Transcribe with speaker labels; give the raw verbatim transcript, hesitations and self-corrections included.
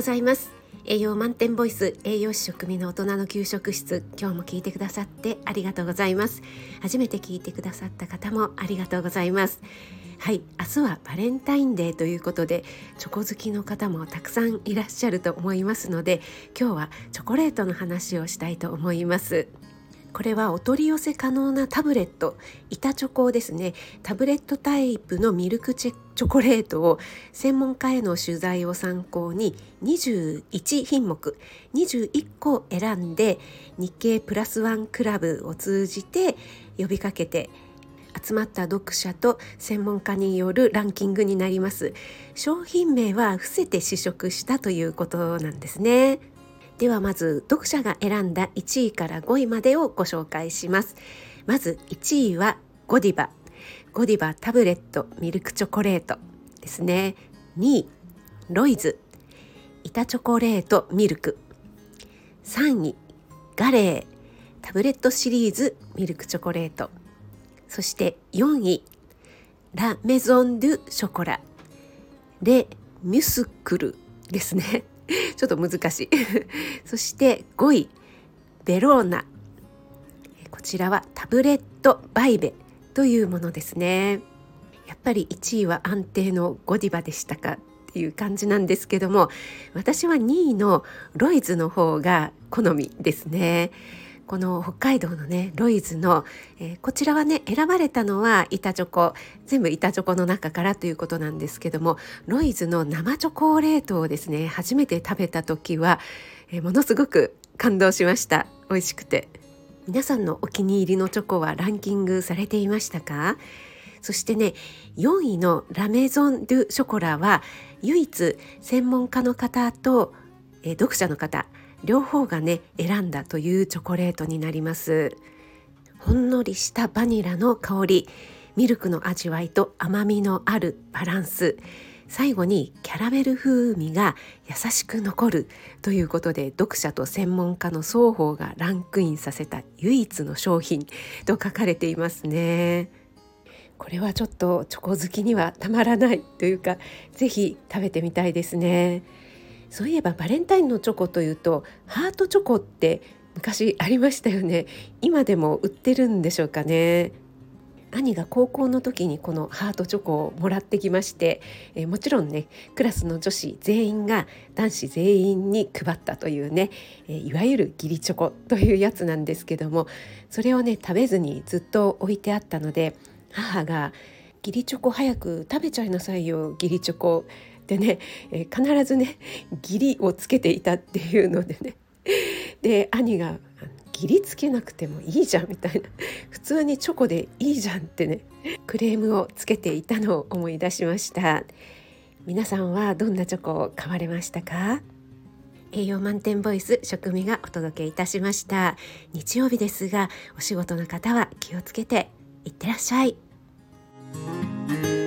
Speaker 1: ざいます。栄養満点ボイス、栄養士食味の大人の給食室、今日も聞いてくださってありがとうございます。初めて聞いてくださった方もありがとうございます。はい、明日はバレンタインデーということで、チョコ好きの方もたくさんいらっしゃると思いますので、今日はチョコレートの話をしたいと思います。これはお取り寄せ可能なタブレット、板チョコですね。タブレットタイプのミルクチョコレートを専門家への取材を参考ににじゅういちひんもくにじゅういっこ選んで、日経プラスワンクラブを通じて呼びかけて集まった読者と専門家によるランキングになります。商品名は伏せて試食したということなんですね。ではまず読者が選んだいちいからごいまでをご紹介します。まずいちいはゴディバゴディバタブレットミルクチョコレートですね。にいロイズ板チョコレートミルク。さんいガレータブレットシリーズミルクチョコレート。そしてよんいラメゾン・ドゥ・ショコラレ・ミュスクルですね。ちょっと難しいそしてごいベローナ、こちらはタブレットバイベというものですね。やっぱりいちいは安定のゴディバでしたかっていう感じなんですけども、私はにいのロイズの方が好みですね。この北海道のねロイズの、えー、こちらはね選ばれたのは板チョコ、全部板チョコの中からということなんですけども、ロイズの生チョコレートをですね初めて食べた時は、えー、ものすごく感動しました。美味しくて。皆さんのお気に入りのチョコはランキングされていましたか？そしてねよんいのラメゾン・ドゥ・ショコラは唯一専門家の方と、えー、読者の方両方がね選んだというチョコレートになります。ほんのりしたバニラの香り、ミルクの味わいと甘みのあるバランス、最後にキャラメル風味が優しく残るということで、読者と専門家の双方がランクインさせた唯一の商品と書かれていますね。これはちょっとチョコ好きにはたまらないというか、ぜひ食べてみたいですね。そういえばバレンタインのチョコというとハートチョコって昔ありましたよね。今でも売ってるんでしょうかね。兄が高校の時にこのハートチョコをもらってきまして、えー、もちろんねクラスの女子全員が男子全員に配ったというね、えー、いわゆる義理チョコというやつなんですけども、それをね食べずにずっと置いてあったので、母が義理チョコ早く食べちゃいなさいよ義理チョコでね、えー、必ずね義理をつけていたっていうのでね、で兄が義理つけなくてもいいじゃんみたいな、普通にチョコでいいじゃんってねクレームをつけていたのを思い出しました。皆さんはどんなチョコを買われましたか？栄養満点ボイス食味がお届けいたしました。日曜日ですが、お仕事の方は気をつけていってらっしゃい。